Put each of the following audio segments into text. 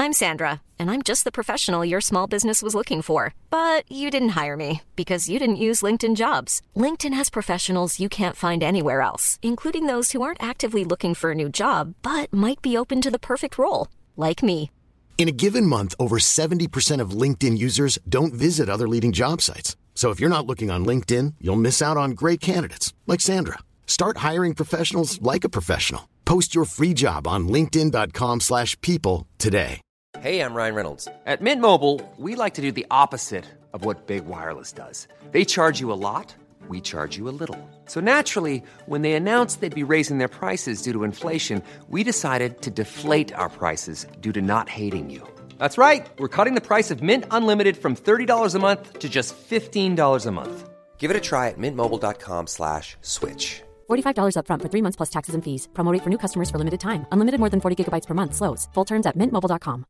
I'm Sandra, and I'm just the professional your small business was looking for. But you didn't hire me because you didn't use LinkedIn Jobs. LinkedIn has professionals you can't find anywhere else, including those who aren't actively looking for a new job, but might be open to the perfect role, like me. In a given month, over 70% of LinkedIn users don't visit other leading job sites. So if you're not looking on LinkedIn, you'll miss out on great candidates like Sandra. Start hiring professionals like a professional. Post your free job on linkedin.com/people today. Hey, I'm Ryan Reynolds. At Mint Mobile, we like to do the opposite of what Big Wireless does. They charge you a lot, we charge you a little. So naturally, when they announced they'd be raising their prices due to inflation, we decided to deflate our prices due to not hating you. That's right. We're cutting the price of Mint Unlimited from $30 a month to just $15 a month. Give it a try at mintmobile.com/switch. $45 up front for 3 months plus taxes and fees. Promo rate for new customers for limited time. Unlimited more than 40 gigabytes per month. Slows full terms at mintmobile.com.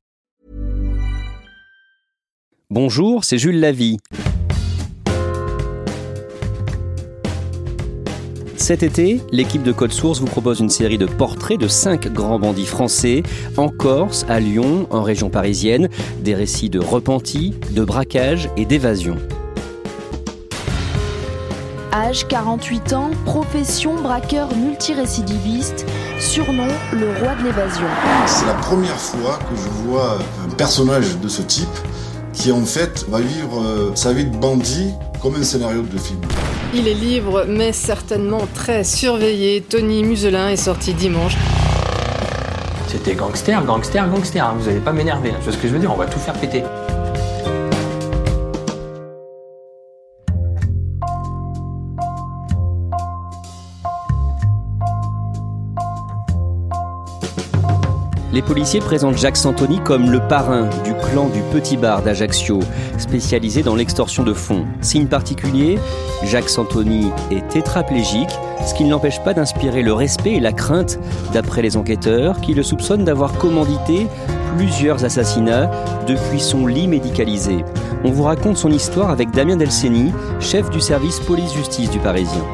Bonjour, c'est Jules Lavie. Cet été, l'équipe de Code Source vous propose une série de portraits de 5 grands bandits français, en Corse, à Lyon, en région parisienne, des récits de repentis, de braquages et d'évasion. Âge 48 ans, profession braqueur multirécidiviste, surnom le roi de l'évasion. C'est la première fois que je vois un personnage de ce type qui en fait va vivre sa vie de bandit comme un scénario de film. Il est libre mais certainement très surveillé. Tony Muselin est sorti dimanche. C'était gangster, hein. Vous allez pas m'énerver, hein. Tu vois ce que je veux dire, on va tout faire péter. Les policiers présentent Jacques Santoni comme le parrain du clan du Petit Bar d'Ajaccio, spécialisé dans l'extorsion de fonds. Signe particulier, Jacques Santoni est tétraplégique, ce qui ne l'empêche pas d'inspirer le respect et la crainte d'après les enquêteurs qui le soupçonnent d'avoir commandité plusieurs assassinats depuis son lit médicalisé. On vous raconte son histoire avec Damien Delceni, chef du service police-justice du Parisien.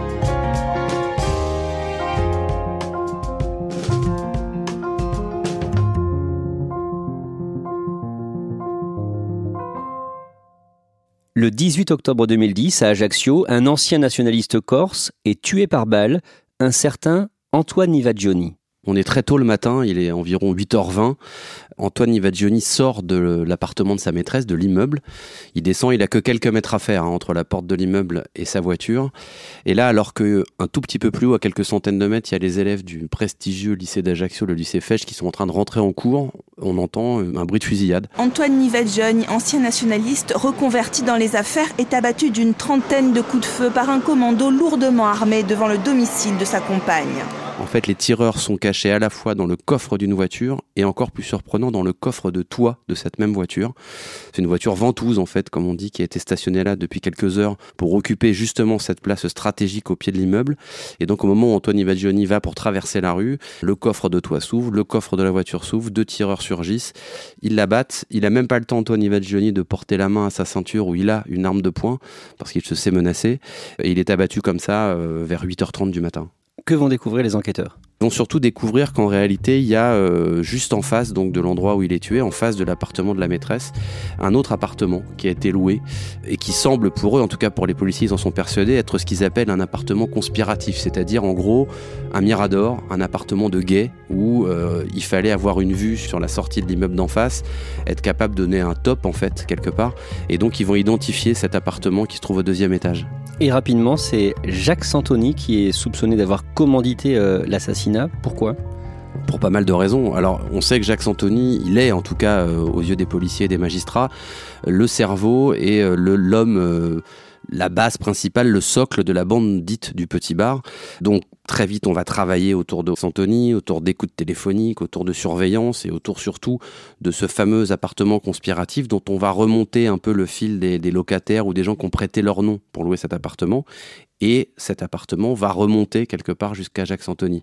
Le 18 octobre 2010, à Ajaccio, un ancien nationaliste corse est tué par balle, un certain Antoine Nivaggioni. On est très tôt le matin, il est environ 8h20. Antoine Nivaggioni sort de l'appartement de sa maîtresse, de l'immeuble. Il descend, il a que quelques mètres à faire entre la porte de l'immeuble et sa voiture. Et là, alors qu'un tout petit peu plus haut, à quelques centaines de mètres, il y a les élèves du prestigieux lycée d'Ajaccio, le lycée Fesch, qui sont en train de rentrer en cours, on entend un bruit de fusillade. Antoine Nivaggioni, ancien nationaliste reconverti dans les affaires, est abattu d'une trentaine de coups de feu par un commando lourdement armé devant le domicile de sa compagne. En fait, les tireurs sont cachés à la fois dans le coffre d'une voiture et encore plus surprenant dans le coffre de toit de cette même voiture. C'est une voiture ventouse, en fait, comme on dit, qui a été stationnée là depuis quelques heures pour occuper justement cette place stratégique au pied de l'immeuble. Et donc, au moment où Antoine Nivaggioni va pour traverser la rue, le coffre de toit s'ouvre, le coffre de la voiture s'ouvre, 2 tireurs surgissent, ils l'abattent. Il a même pas le temps, Antoine Nivaggioni, de porter la main à sa ceinture où il a une arme de poing parce qu'il se sait menacé. Et il est abattu comme ça vers 8h30 du matin. Que vont découvrir les enquêteurs ? Ils vont surtout découvrir qu'en réalité, il y a juste en face donc de l'endroit où il est tué, en face de l'appartement de la maîtresse, un autre appartement qui a été loué et qui semble pour eux, en tout cas pour les policiers, ils en sont persuadés, être ce qu'ils appellent un appartement conspiratif, c'est-à-dire en gros un mirador, un appartement de guet où il fallait avoir une vue sur la sortie de l'immeuble d'en face, être capable de donner un top en fait quelque part, et donc ils vont identifier cet appartement qui se trouve au 2e étage. Et rapidement, c'est Jacques Santoni qui est soupçonné d'avoir commandité l'assassinat. Pourquoi ? Pour pas mal de raisons. Alors, on sait que Jacques Santoni, il est, en tout cas, aux yeux des policiers et des magistrats, le cerveau et l'homme, la base principale, le socle de la bande dite du Petit Bar. Donc, très vite, on va travailler autour de Santoni, autour d'écoutes téléphoniques, autour de surveillance et autour surtout de ce fameux appartement conspiratif dont on va remonter un peu le fil des locataires ou des gens qui ont prêté leur nom pour louer cet appartement. Et cet appartement va remonter quelque part jusqu'à Jacques Santoni.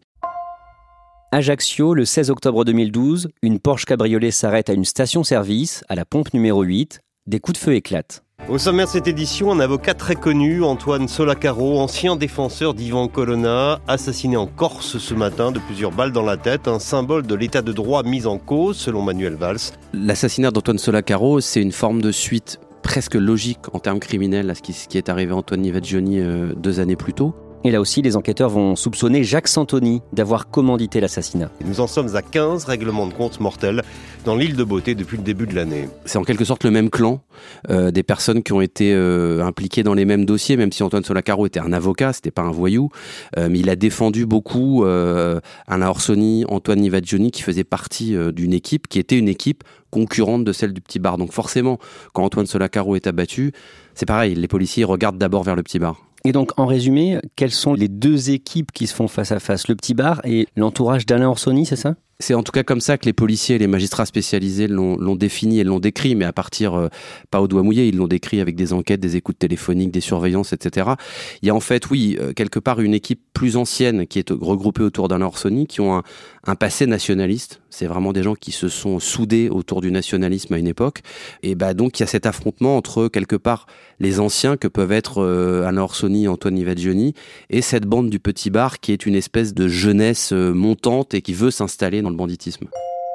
Ajaccio, le 16 octobre 2012, une Porsche cabriolet s'arrête à une station-service, à la pompe numéro 8. Des coups de feu éclatent. Au sommaire de cette édition, un avocat très connu, Antoine Solacaro, ancien défenseur d'Ivan Colonna, assassiné en Corse ce matin de plusieurs balles dans la tête, un symbole de l'état de droit mis en cause, selon Manuel Valls. L'assassinat d'Antoine Solacaro, c'est une forme de suite presque logique en termes criminels à ce qui est arrivé à Antoine Nivaggioni 2 années plus tôt. Et là aussi, les enquêteurs vont soupçonner Jacques Santoni d'avoir commandité l'assassinat. Nous en sommes à 15 règlements de compte mortels dans l'île de Beauté depuis le début de l'année. C'est en quelque sorte le même clan, des personnes qui ont été impliquées dans les mêmes dossiers, même si Antoine Solacaro était un avocat, c'était pas un voyou, mais il a défendu beaucoup Alain Orsoni, Antoine Nivaggioni, qui faisait partie d'une équipe, qui était une équipe concurrente de celle du Petit Bar. Donc forcément, quand Antoine Solacaro est abattu, c'est pareil, les policiers regardent d'abord vers le Petit Bar. Et donc, en résumé, quelles sont les 2 équipes qui se font face à face ? Le Petit Bar et l'entourage d'Alain Orsoni, c'est ça ? C'est en tout cas comme ça que les policiers et les magistrats spécialisés l'ont défini et l'ont décrit, mais à partir, pas au doigt mouillé, ils l'ont décrit avec des enquêtes, des écoutes téléphoniques, des surveillances, etc. Il y a en fait, oui, quelque part une équipe plus ancienne qui est regroupée autour d'Alain Orsoni, qui ont un passé nationaliste. C'est vraiment des gens qui se sont soudés autour du nationalisme à une époque. Et donc il y a cet affrontement entre quelque part les anciens que peuvent être Alain Orsoni, Antoine Nivaggioni, et cette bande du Petit Bar qui est une espèce de jeunesse montante et qui veut s'installer dans le banditisme.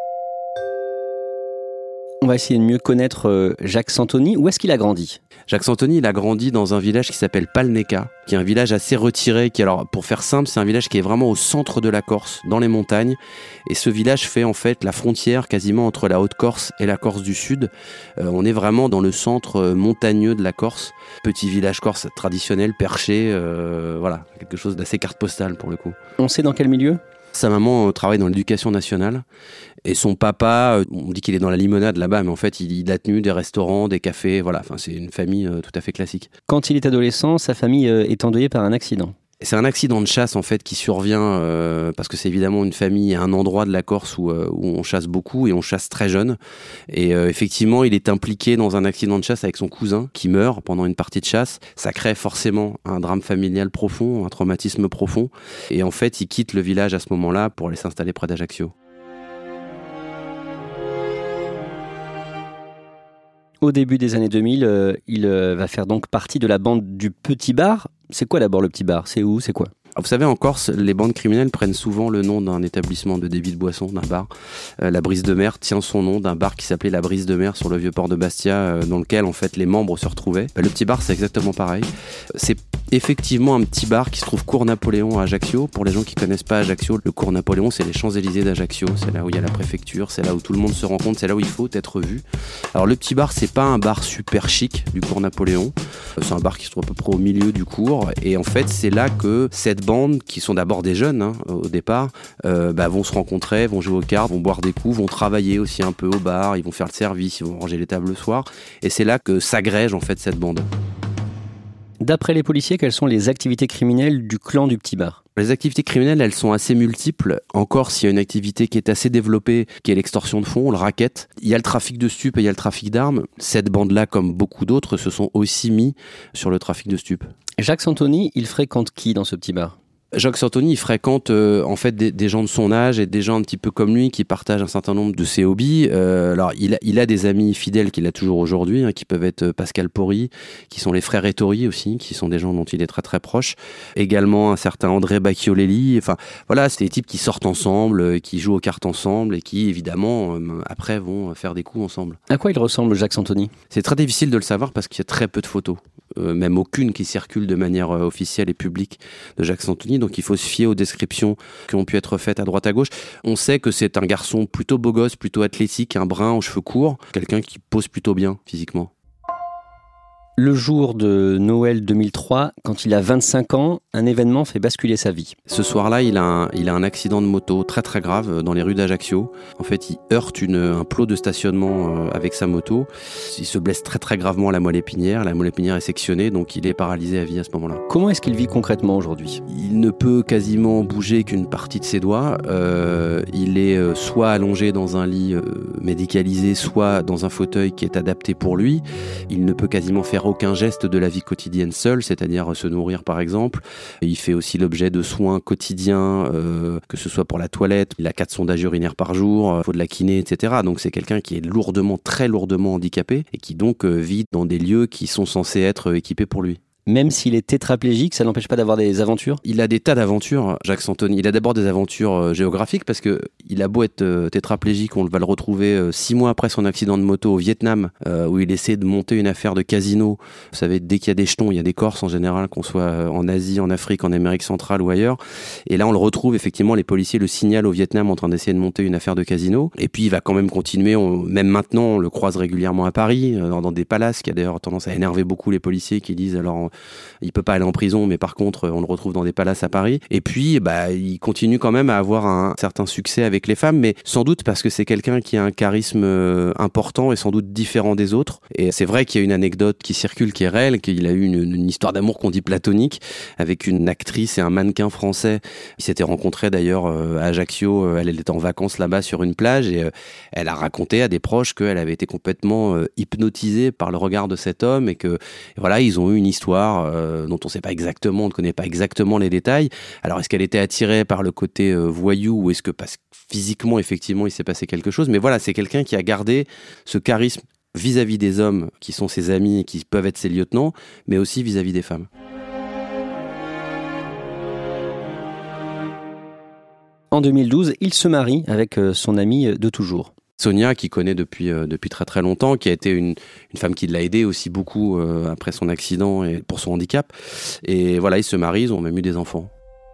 On va essayer de mieux connaître Jacques Santoni. Où est-ce qu'il a grandi ? Jacques Santoni, il a grandi dans un village qui s'appelle Palneca, qui est un village assez retiré, qui, alors, pour faire simple, c'est un village qui est vraiment au centre de la Corse, dans les montagnes. Et ce village fait en fait la frontière quasiment entre la Haute-Corse et la Corse du Sud. On est vraiment dans le centre montagneux de la Corse. Petit village corse traditionnel, perché, voilà, quelque chose d'assez carte postale pour le coup. On sait dans quel milieu ? Sa maman travaille dans l'éducation nationale et son papa, on dit qu'il est dans la limonade là-bas, mais en fait il a tenu des restaurants, des cafés, voilà, enfin c'est une famille tout à fait classique. Quand il est adolescent, sa famille est endeuillée par un accident. C'est un accident de chasse en fait qui survient parce que c'est évidemment une famille et un endroit de la Corse où on chasse beaucoup et on chasse très jeune. Et effectivement, il est impliqué dans un accident de chasse avec son cousin qui meurt pendant une partie de chasse. Ça crée forcément un drame familial profond, un traumatisme profond. Et en fait, il quitte le village à ce moment-là pour aller s'installer près d'Ajaccio. Au début des années 2000, il va faire donc partie de la bande du Petit Bar. C'est quoi d'abord le Petit Bar ? C'est où ? C'est quoi ? Vous savez, en Corse, les bandes criminelles prennent souvent le nom d'un établissement de débit de boisson, d'un bar. La Brise de Mer tient son nom d'un bar qui s'appelait la Brise de Mer sur le vieux port de Bastia, dans lequel en fait les membres se retrouvaient. Le Petit Bar, c'est exactement pareil. C'est effectivement un petit bar qui se trouve cours Napoléon à Ajaccio. Pour les gens qui connaissent pas Ajaccio, le cours Napoléon, c'est les Champs-Élysées d'Ajaccio. C'est là où il y a la préfecture, c'est là où tout le monde se rencontre, c'est là où il faut être vu. Alors le Petit Bar, c'est pas un bar super chic du cours Napoléon. C'est un bar qui se trouve à peu près au milieu du cours. Et en fait, c'est là que cette bande, qui sont d'abord des jeunes au départ, vont se rencontrer, vont jouer aux cartes, vont boire des coups, vont travailler aussi un peu au bar, ils vont faire le service, ils vont ranger les tables le soir. Et c'est là que s'agrège en fait cette bande. D'après les policiers, quelles sont les activités criminelles du clan du Petit Bar ? Les activités criminelles, elles sont assez multiples. En Corse, il y a une activité qui est assez développée, qui est l'extorsion de fonds, le racket. Il y a le trafic de stupes et il y a le trafic d'armes. Cette bande-là, comme beaucoup d'autres, se sont aussi mis sur le trafic de stupes. Jacques Santoni, il fréquente qui dans ce Petit Bar ? Jacques Santoni, il fréquente en fait des gens de son âge et des gens un petit peu comme lui qui partagent un certain nombre de ses hobbies. Alors il a des amis fidèles qu'il a toujours aujourd'hui, qui peuvent être Pascal Porry, qui sont les frères Ettori aussi, qui sont des gens dont il est très très proche. Également un certain André Bacchiolelli. Enfin voilà, c'est des types qui sortent ensemble, qui jouent aux cartes ensemble et qui évidemment après vont faire des coups ensemble. À quoi il ressemble Jacques Santoni ? C'est très difficile de le savoir parce qu'il y a très peu de photos. Même aucune qui circule de manière officielle et publique de Jacques Santoni, donc il faut se fier aux descriptions qui ont pu être faites à droite à gauche. On sait que c'est un garçon plutôt beau gosse, plutôt athlétique, un brun aux cheveux courts, quelqu'un qui pose plutôt bien physiquement. Le jour de Noël 2003, quand il a 25 ans, un événement fait basculer sa vie. Ce soir-là, il a un accident de moto très très grave dans les rues d'Ajaccio. En fait, il heurte un plot de stationnement avec sa moto. Il se blesse très très gravement à la moelle épinière. La moelle épinière est sectionnée, donc il est paralysé à vie à ce moment-là. Comment est-ce qu'il vit concrètement aujourd'hui ? Il ne peut quasiment bouger qu'une partie de ses doigts. Il est soit allongé dans un lit médicalisé, soit dans un fauteuil qui est adapté pour lui. Il ne peut quasiment faire aucun geste de la vie quotidienne seul, c'est-à-dire se nourrir par exemple. Il fait aussi l'objet de soins quotidiens, que ce soit pour la toilette, il a 4 sondages urinaires par jour, il faut de la kiné, etc. Donc c'est quelqu'un qui est très lourdement handicapé et qui donc vit dans des lieux qui sont censés être équipés pour lui. Même s'il est tétraplégique, ça n'empêche pas d'avoir des aventures ? Il a des tas d'aventures, Jacques Santoni. Il a d'abord des aventures géographiques parce que il a beau être tétraplégique, on va le retrouver 6 mois après son accident de moto au Vietnam, où il essaie de monter une affaire de casino. Vous savez, dès qu'il y a des jetons, il y a des Corses en général, qu'on soit en Asie, en Afrique, en Amérique centrale ou ailleurs. Et là, on le retrouve effectivement, les policiers le signalent au Vietnam en train d'essayer de monter une affaire de casino. Et puis, il va quand même continuer, même maintenant, on le croise régulièrement à Paris, dans des palaces, qui a d'ailleurs tendance à énerver beaucoup les policiers qui disent alors... Il peut pas aller en prison, mais par contre, on le retrouve dans des palaces à Paris. Et puis, il continue quand même à avoir un certain succès avec les femmes, mais sans doute parce que c'est quelqu'un qui a un charisme important et sans doute différent des autres. Et c'est vrai qu'il y a une anecdote qui circule, qui est réelle, qu'il a eu une histoire d'amour qu'on dit platonique, avec une actrice et un mannequin français. Ils s'étaient rencontrés d'ailleurs à Ajaccio. Elle était en vacances là-bas sur une plage et elle a raconté à des proches qu'elle avait été complètement hypnotisée par le regard de cet homme et que voilà, ils ont eu une histoire dont on ne connaît pas exactement les détails. Alors, est-ce qu'elle était attirée par le côté voyou ou est-ce que parce que physiquement, effectivement, il s'est passé quelque chose ? Mais voilà, c'est quelqu'un qui a gardé ce charisme vis-à-vis des hommes qui sont ses amis et qui peuvent être ses lieutenants, mais aussi vis-à-vis des femmes. En 2012, il se marie avec son amie de toujours. Sonia, qu'il connaît depuis très très longtemps, qui a été une femme qui l'a aidé aussi beaucoup après son accident et pour son handicap. Et voilà, ils se marient, ils ont même eu des enfants.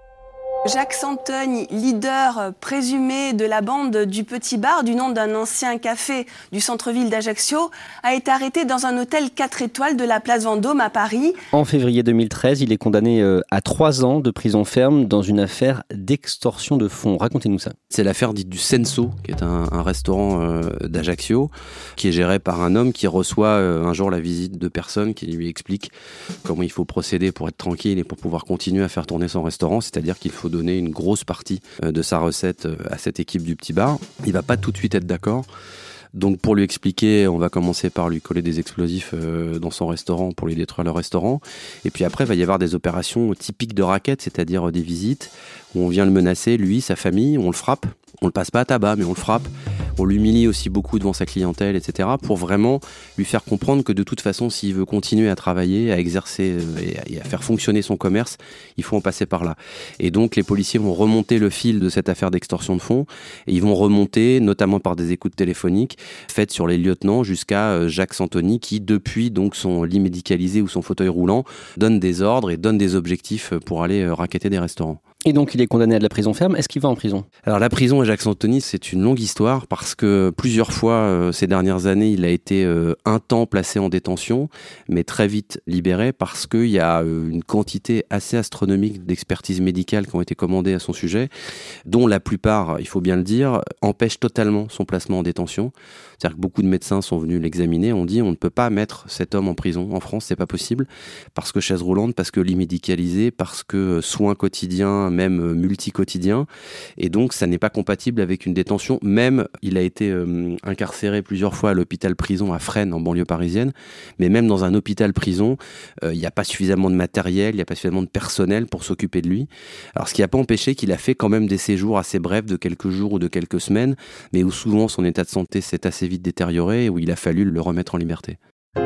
Jacques Santoni, leader présumé de la bande du Petit Bar, du nom d'un ancien café du centre-ville d'Ajaccio, a été arrêté dans un hôtel 4 étoiles de la place Vendôme à Paris. En février 2013, il est condamné à 3 ans de prison ferme dans une affaire d'extorsion de fonds. Racontez-nous ça. C'est l'affaire dite du Senso, qui est un restaurant d'Ajaccio, qui est géré par un homme qui reçoit un jour la visite de personnes qui lui expliquent comment il faut procéder pour être tranquille et pour pouvoir continuer à faire tourner son restaurant, c'est-à-dire qu'il faut donner une grosse partie de sa recette à cette équipe du Petit Bar. Il va pas tout de suite être d'accord. Donc pour lui expliquer, on va commencer par lui coller des explosifs dans son restaurant pour lui détruire le restaurant. Et puis après, il va y avoir des opérations typiques de racket, c'est-à-dire des visites où on vient le menacer, lui, sa famille, on le frappe. On le passe pas à tabac, mais on le frappe. On l'humilie aussi beaucoup devant sa clientèle, etc. pour vraiment lui faire comprendre que de toute façon, s'il veut continuer à travailler, à exercer et à faire fonctionner son commerce, il faut en passer par là. Et donc, les policiers vont remonter le fil de cette affaire d'extorsion de fonds et ils vont remonter, notamment par des écoutes téléphoniques faites sur les lieutenants jusqu'à Jacques Santoni qui, depuis donc son lit médicalisé ou son fauteuil roulant, donne des ordres et donne des objectifs pour aller racketter des restaurants. Et donc, il est condamné à de la prison ferme. Est-ce qu'il va en prison ? Alors, la prison à Jacques Santoni, c'est une longue histoire parce que plusieurs fois, ces dernières années, il a été un temps placé en détention, mais très vite libéré parce qu'il y a une quantité assez astronomique d'expertises médicales qui ont été commandées à son sujet, dont la plupart, il faut bien le dire, empêchent totalement son placement en détention. C'est-à-dire que beaucoup de médecins sont venus l'examiner, on dit on ne peut pas mettre cet homme en prison. En France, c'est pas possible parce que chaise roulante, parce que lit médicalisé, parce que soins quotidiens, même multi-quotidiens. Et donc, ça n'est pas compatible avec une détention. Même, il a été incarcéré plusieurs fois à l'hôpital-prison à Fresnes, en banlieue parisienne. Mais même dans un hôpital-prison, il n'y a pas suffisamment de matériel, il n'y a pas suffisamment de personnel pour s'occuper de lui. Alors, ce qui n'a pas empêché qu'il a fait quand même des séjours assez brefs de quelques jours ou de quelques semaines, mais où souvent son état de santé s'est assez vite détérioré et où il a fallu le remettre en liberté.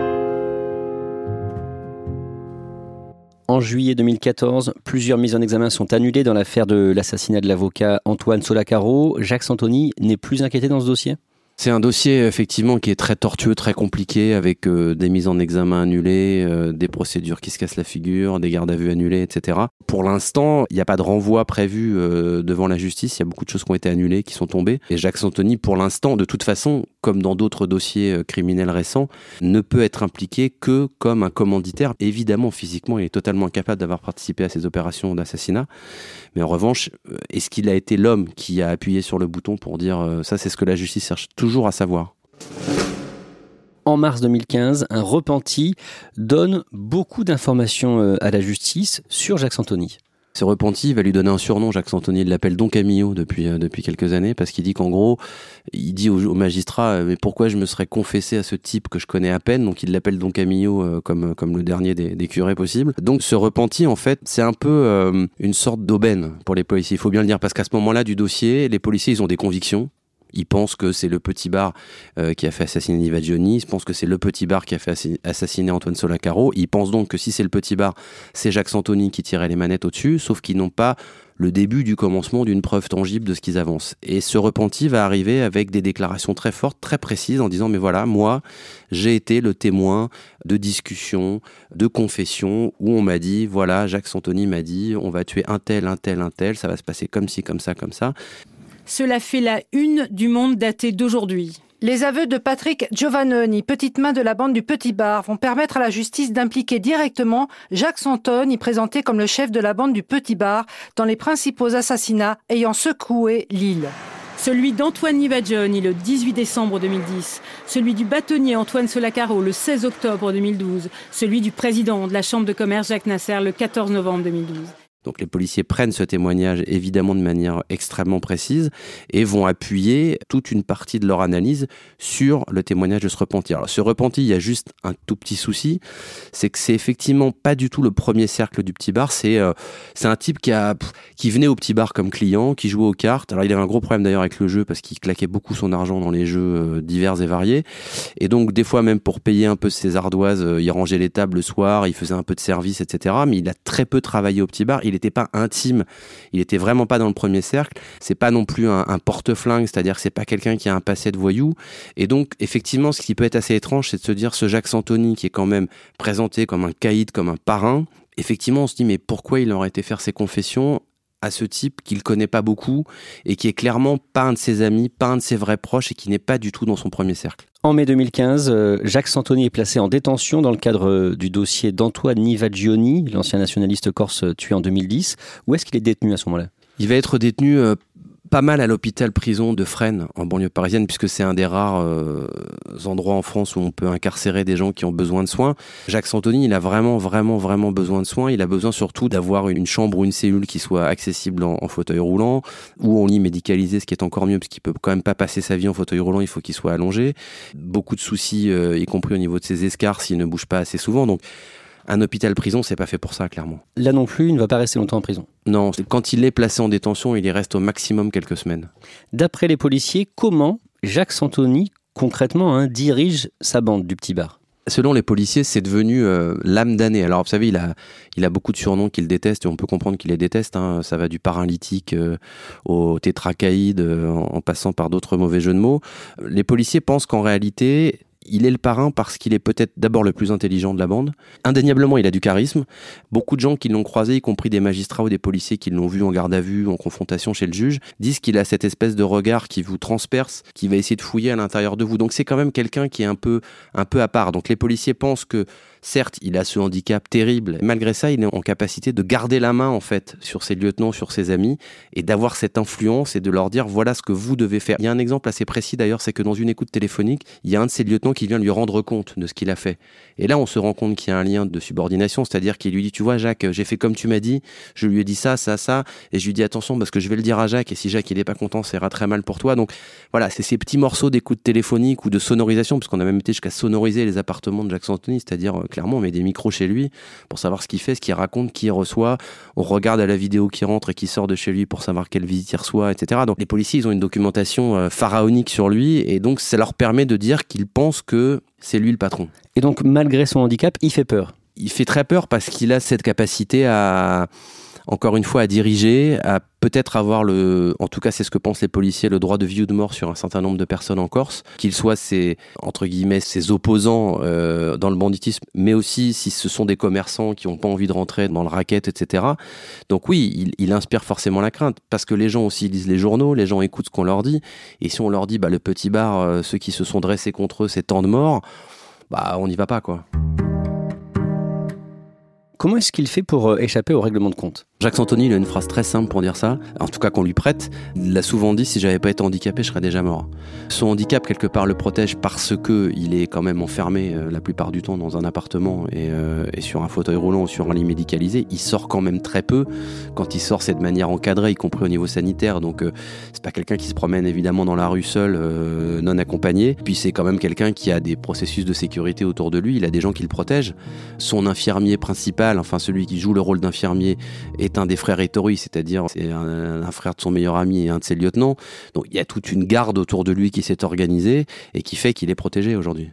En juillet 2014, plusieurs mises en examen sont annulées dans l'affaire de l'assassinat de l'avocat Antoine Solacaro. Jacques Santoni n'est plus inquiété dans ce dossier ? C'est un dossier effectivement qui est très tortueux, très compliqué, avec des mises en examen annulées, des procédures qui se cassent la figure, des gardes à vue annulées, etc. Pour l'instant, il n'y a pas de renvoi prévu devant la justice. Il y a beaucoup de choses qui ont été annulées, qui sont tombées. Et Jacques Santoni, pour l'instant, de toute façon, comme dans d'autres dossiers criminels récents, ne peut être impliqué que comme un commanditaire. Évidemment, physiquement, il est totalement incapable d'avoir participé à ces opérations d'assassinat. Mais en revanche, est-ce qu'il a été l'homme qui a appuyé sur le bouton pour dire ça, c'est ce que la justice cherche toujours à savoir. En mars 2015, un repenti donne beaucoup d'informations à la justice sur Jacques Santoni. Ce repenti, il va lui donner un surnom, Jacques Santoni, il l'appelle Don Camillo depuis quelques années, parce qu'il dit qu'en gros, il dit au magistrat, mais pourquoi je me serais confessé à ce type que je connais à peine, donc il l'appelle Don Camillo comme le dernier des curés possible. Donc ce repenti, en fait, c'est un peu une sorte d'aubaine pour les policiers, il faut bien le dire, parce qu'à ce moment-là du dossier, les policiers, ils ont des convictions. Ils pensent que c'est le petit bar qui a fait assassiner Nivagioni, ils pensent que c'est le petit bar qui a fait assassiner Antoine Solacaro, ils pensent donc que si c'est le petit bar, c'est Jacques Santoni qui tirait les manettes au-dessus, sauf qu'ils n'ont pas le début du commencement d'une preuve tangible de ce qu'ils avancent. Et ce repenti va arriver avec des déclarations très fortes, très précises, en disant « mais voilà, moi, j'ai été le témoin de discussions, de confessions, où on m'a dit, voilà, Jacques Santoni m'a dit, on va tuer un tel, ça va se passer comme ci, comme ça, comme ça ». Cela fait la une du Monde daté d'aujourd'hui. Les aveux de Patrick Giovannoni, petite main de la bande du Petit Bar, vont permettre à la justice d'impliquer directement Jacques Santoni, présenté comme le chef de la bande du Petit Bar, dans les principaux assassinats ayant secoué l'île. Celui d'Antoine Nivagioni le 18 décembre 2010, celui du bâtonnier Antoine Solacaro le 16 octobre 2012, celui du président de la Chambre de commerce Jacques Nasser le 14 novembre 2012. Donc les policiers prennent ce témoignage évidemment de manière extrêmement précise et vont appuyer toute une partie de leur analyse sur le témoignage de ce repenti. Alors ce repenti, il y a juste un tout petit souci, c'est que c'est effectivement pas du tout le premier cercle du Petit Bar, c'est un type qui venait au Petit Bar comme client, qui jouait aux cartes. Alors il avait un gros problème d'ailleurs avec le jeu parce qu'il claquait beaucoup son argent dans les jeux divers et variés. Et donc des fois même pour payer un peu ses ardoises, il rangeait les tables le soir, il faisait un peu de service, etc. Mais il a très peu travaillé au Petit Bar. Il n'était pas intime, il n'était vraiment pas dans le premier cercle, c'est pas non plus un porte-flingue, c'est-à-dire que c'est pas quelqu'un qui a un passé de voyou, et donc effectivement ce qui peut être assez étrange, c'est de se dire ce Jacques Santoni qui est quand même présenté comme un caïd, comme un parrain, effectivement on se dit mais pourquoi il aurait été faire ses confessions à ce type qu'il connaît pas beaucoup et qui est clairement pas un de ses amis, pas un de ses vrais proches et qui n'est pas du tout dans son premier cercle. En mai 2015, Jacques Santoni est placé en détention dans le cadre du dossier d'Antoine Nivagioni, l'ancien nationaliste corse tué en 2010. Où est-ce qu'il est détenu à ce moment-là ? Il va être détenu pas mal à l'hôpital-prison de Fresnes, en banlieue parisienne, puisque c'est un des rares endroits en France où on peut incarcérer des gens qui ont besoin de soins. Jacques Santoni, il a vraiment besoin de soins. Il a besoin surtout d'avoir une chambre ou une cellule qui soit accessible en fauteuil roulant, ou en lit médicalisé, ce qui est encore mieux, parce qu'il peut quand même pas passer sa vie en fauteuil roulant, il faut qu'il soit allongé. Beaucoup de soucis, y compris au niveau de ses escarres, s'il ne bouge pas assez souvent. Donc, un hôpital-prison, c'est pas fait pour ça, clairement. Là non plus, il ne va pas rester longtemps en prison. Non, quand il est placé en détention, il y reste au maximum quelques semaines. D'après les policiers, comment Jacques Santoni, concrètement, dirige sa bande du Petit Bar ? Selon les policiers, c'est devenu l'âme damnée. Alors, vous savez, il a beaucoup de surnoms qu'il déteste, et on peut comprendre qu'il les déteste. Ça va du paralytique au tétracaïde, en passant par d'autres mauvais jeux de mots. Les policiers pensent qu'en réalité, il est le parrain parce qu'il est peut-être d'abord le plus intelligent de la bande. Indéniablement, il a du charisme. Beaucoup de gens qui l'ont croisé, y compris des magistrats ou des policiers qui l'ont vu en garde à vue, en confrontation chez le juge, disent qu'il a cette espèce de regard qui vous transperce, qui va essayer de fouiller à l'intérieur de vous. Donc c'est quand même quelqu'un qui est un peu à part. Donc les policiers pensent que certes, il a ce handicap terrible. Malgré ça, il est en capacité de garder la main, en fait, sur ses lieutenants, sur ses amis, et d'avoir cette influence et de leur dire, voilà ce que vous devez faire. Il y a un exemple assez précis, d'ailleurs, c'est que dans une écoute téléphonique, il y a un de ses lieutenants qui vient lui rendre compte de ce qu'il a fait. Et là, on se rend compte qu'il y a un lien de subordination, c'est-à-dire qu'il lui dit, tu vois, Jacques, j'ai fait comme tu m'as dit, je lui ai dit ça, et je lui dis, attention, parce que je vais le dire à Jacques, et si Jacques, il est pas content, ça ira très mal pour toi. Donc, voilà, c'est ces petits morceaux d'écoute téléphonique ou de sonorisation, parce qu'on a même été jusqu'à sonoriser les appartements de Jacques Santoni, c'est-à-dire, clairement, on met des micros chez lui pour savoir ce qu'il fait, ce qu'il raconte, qui il reçoit. On regarde à la vidéo qui rentre et qui sort de chez lui pour savoir quelle visite il reçoit, etc. Donc les policiers, ils ont une documentation pharaonique sur lui et donc ça leur permet de dire qu'ils pensent que c'est lui le patron. Et donc malgré son handicap, il fait peur. Il fait très peur parce qu'il a cette capacité à, encore une fois, à diriger, à peut-être avoir en tout cas c'est ce que pensent les policiers, le droit de vie ou de mort sur un certain nombre de personnes en Corse, qu'ils soient entre guillemets, ses opposants dans le banditisme, mais aussi si ce sont des commerçants qui n'ont pas envie de rentrer dans le racket, etc. Donc oui, il inspire forcément la crainte, parce que les gens aussi lisent les journaux, les gens écoutent ce qu'on leur dit, et si on leur dit, le Petit Bar, ceux qui se sont dressés contre eux, c'est tant de morts, on n'y va pas, quoi. Comment est-ce qu'il fait pour échapper au règlement de compte ? Jacques Santoni, il a une phrase très simple pour dire ça, en tout cas qu'on lui prête. Il l'a souvent dit, si j'avais pas été handicapé, je serais déjà mort. Son handicap, quelque part, le protège parce que il est quand même enfermé la plupart du temps dans un appartement et sur un fauteuil roulant ou sur un lit médicalisé. Il sort quand même très peu. Quand il sort, c'est de manière encadrée, y compris au niveau sanitaire. Donc c'est pas quelqu'un qui se promène évidemment dans la rue seul, non accompagné. Puis c'est quand même quelqu'un qui a des processus de sécurité autour de lui. Il a des gens qui le protègent. Son infirmier principal, enfin celui qui joue le rôle d'infirmier, est un des frères Ettori, c'est-à-dire c'est un frère de son meilleur ami et un de ses lieutenants. Donc il y a toute une garde autour de lui qui s'est organisée et qui fait qu'il est protégé aujourd'hui.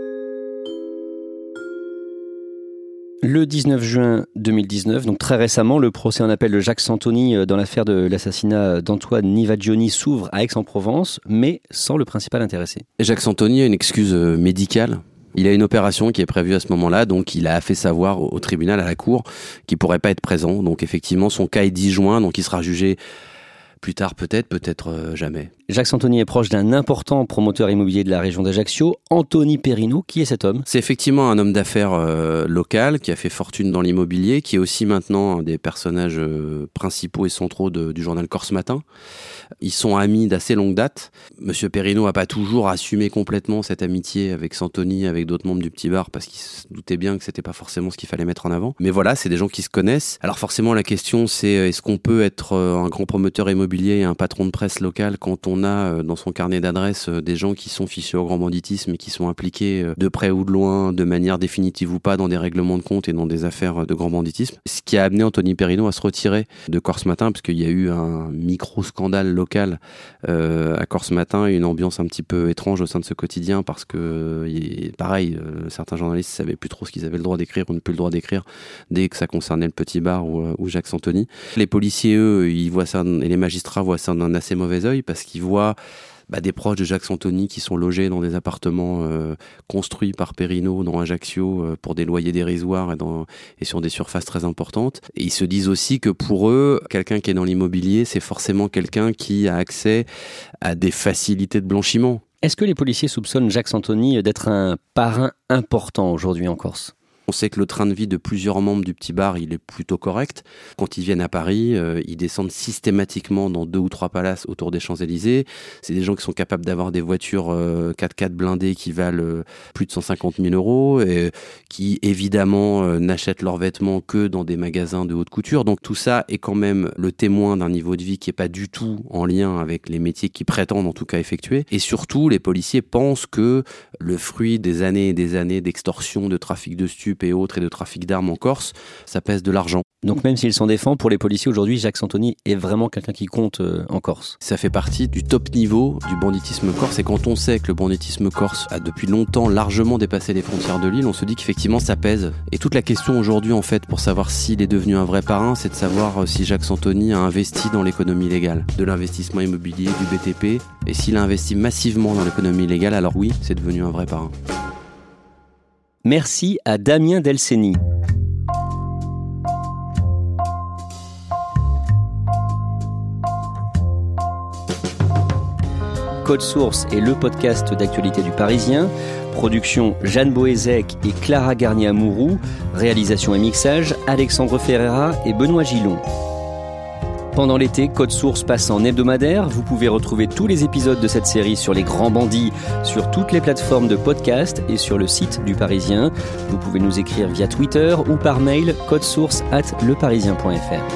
Le 19 juin 2019, donc très récemment, le procès en appel de Jacques Santoni dans l'affaire de l'assassinat d'Antoine Nivaggioni s'ouvre à Aix-en-Provence, mais sans le principal intéressé. Jacques Santoni a une excuse médicale. Il a une opération qui est prévue à ce moment-là, donc il a fait savoir au tribunal, à la cour, qu'il pourrait pas être présent. Donc effectivement, son cas est disjoint, donc il sera jugé plus tard peut-être jamais. Jacques Santoni est proche d'un important promoteur immobilier de la région d'Ajaccio, Anthony Perrino. Qui est cet homme ? C'est effectivement un homme d'affaires local qui a fait fortune dans l'immobilier, qui est aussi maintenant un des personnages principaux et centraux du journal Corse Matin. Ils sont amis d'assez longue date. Monsieur Perrino n'a pas toujours assumé complètement cette amitié avec Santoni, avec d'autres membres du Petit Bar, parce qu'il se doutait bien que c'était pas forcément ce qu'il fallait mettre en avant. Mais voilà, c'est des gens qui se connaissent. Alors forcément, la question, c'est est-ce qu'on peut être un grand promoteur immobilier et un patron de presse local quand on a dans son carnet d'adresses des gens qui sont fichés au grand banditisme et qui sont impliqués de près ou de loin, de manière définitive ou pas, dans des règlements de compte et dans des affaires de grand banditisme. Ce qui a amené Anthony Perrino à se retirer de Corse Matin, parce qu'il y a eu un micro-scandale local à Corse Matin, une ambiance un petit peu étrange au sein de ce quotidien, parce que, pareil, certains journalistes ne savaient plus trop ce qu'ils avaient le droit d'écrire ou ne plus le droit d'écrire dès que ça concernait le Petit Bar ou Jacques Santoni. Les policiers, eux, ils voient ça, et les magistrats voient ça d'un assez mauvais œil, parce qu'ils voient des proches de Jacques Santoni qui sont logés dans des appartements construits par Perrino dans Ajaccio pour des loyers dérisoires et sur des surfaces très importantes. Et ils se disent aussi que pour eux, quelqu'un qui est dans l'immobilier, c'est forcément quelqu'un qui a accès à des facilités de blanchiment. Est-ce que les policiers soupçonnent Jacques Santoni d'être un parrain important aujourd'hui en Corse ? On sait que le train de vie de plusieurs membres du Petit Bar, il est plutôt correct. Quand ils viennent à Paris, ils descendent systématiquement dans 2 ou 3 palaces autour des Champs-Élysées. C'est des gens qui sont capables d'avoir des voitures 4x4 blindées qui valent plus de 150 000 euros et qui, évidemment, n'achètent leurs vêtements que dans des magasins de haute couture. Donc tout ça est quand même le témoin d'un niveau de vie qui n'est pas du tout en lien avec les métiers qu'ils prétendent en tout cas effectuer. Et surtout, les policiers pensent que le fruit des années et des années d'extorsion, de trafic de stupes et autres et de trafic d'armes en Corse, ça pèse de l'argent. Donc même s'il s'en défend, pour les policiers aujourd'hui, Jacques Santoni est vraiment quelqu'un qui compte en Corse. Ça fait partie du top niveau du banditisme corse, et quand on sait que le banditisme corse a depuis longtemps largement dépassé les frontières de l'île, on se dit qu'effectivement ça pèse. Et toute la question aujourd'hui en fait pour savoir s'il est devenu un vrai parrain, c'est de savoir si Jacques Santoni a investi dans l'économie légale, de l'investissement immobilier, du BTP, et s'il a investi massivement dans l'économie légale, alors oui, c'est devenu un vrai parrain. Merci à Damien Delceni. Code Source est le podcast d'actualité du Parisien. Production Jeanne Boézek et Clara Garnier-Amouroux. Réalisation et mixage Alexandre Ferreira et Benoît Gillon. Pendant l'été, Code Source passe en hebdomadaire. Vous pouvez retrouver tous les épisodes de cette série sur les grands bandits, sur toutes les plateformes de podcast et sur le site du Parisien. Vous pouvez nous écrire via Twitter ou par mail codesource@leparisien.fr.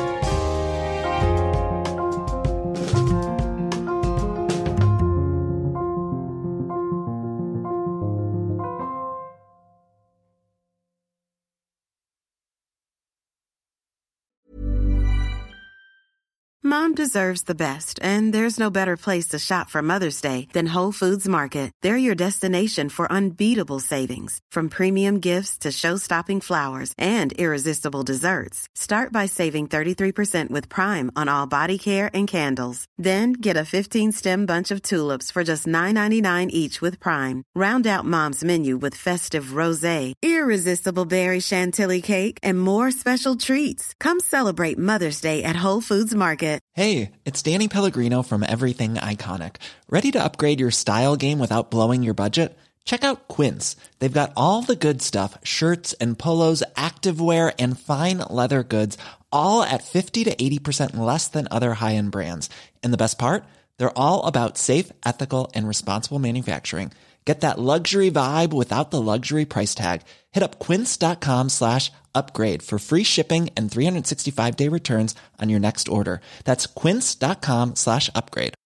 Mom deserves the best, and there's no better place to shop for Mother's Day than Whole Foods Market. They're your destination for unbeatable savings, from premium gifts to show-stopping flowers and irresistible desserts. Start by saving 33% with Prime on all body care and candles. Then get a 15-stem bunch of tulips for just $9.99 each with Prime. Round out Mom's menu with festive rosé, irresistible berry chantilly cake, and more special treats. Come celebrate Mother's Day at Whole Foods Market. Hey, it's Danny Pellegrino from Everything Iconic. Ready to upgrade your style game without blowing your budget? Check out Quince. They've got all the good stuff, shirts and polos, activewear, and fine leather goods, all at 50 to 80% less than other high-end brands. And the best part? They're all about safe, ethical, and responsible manufacturing. Get that luxury vibe without the luxury price tag. Hit up quince.com/upgrade for free shipping and 365-day returns on your next order. That's quince.com/upgrade.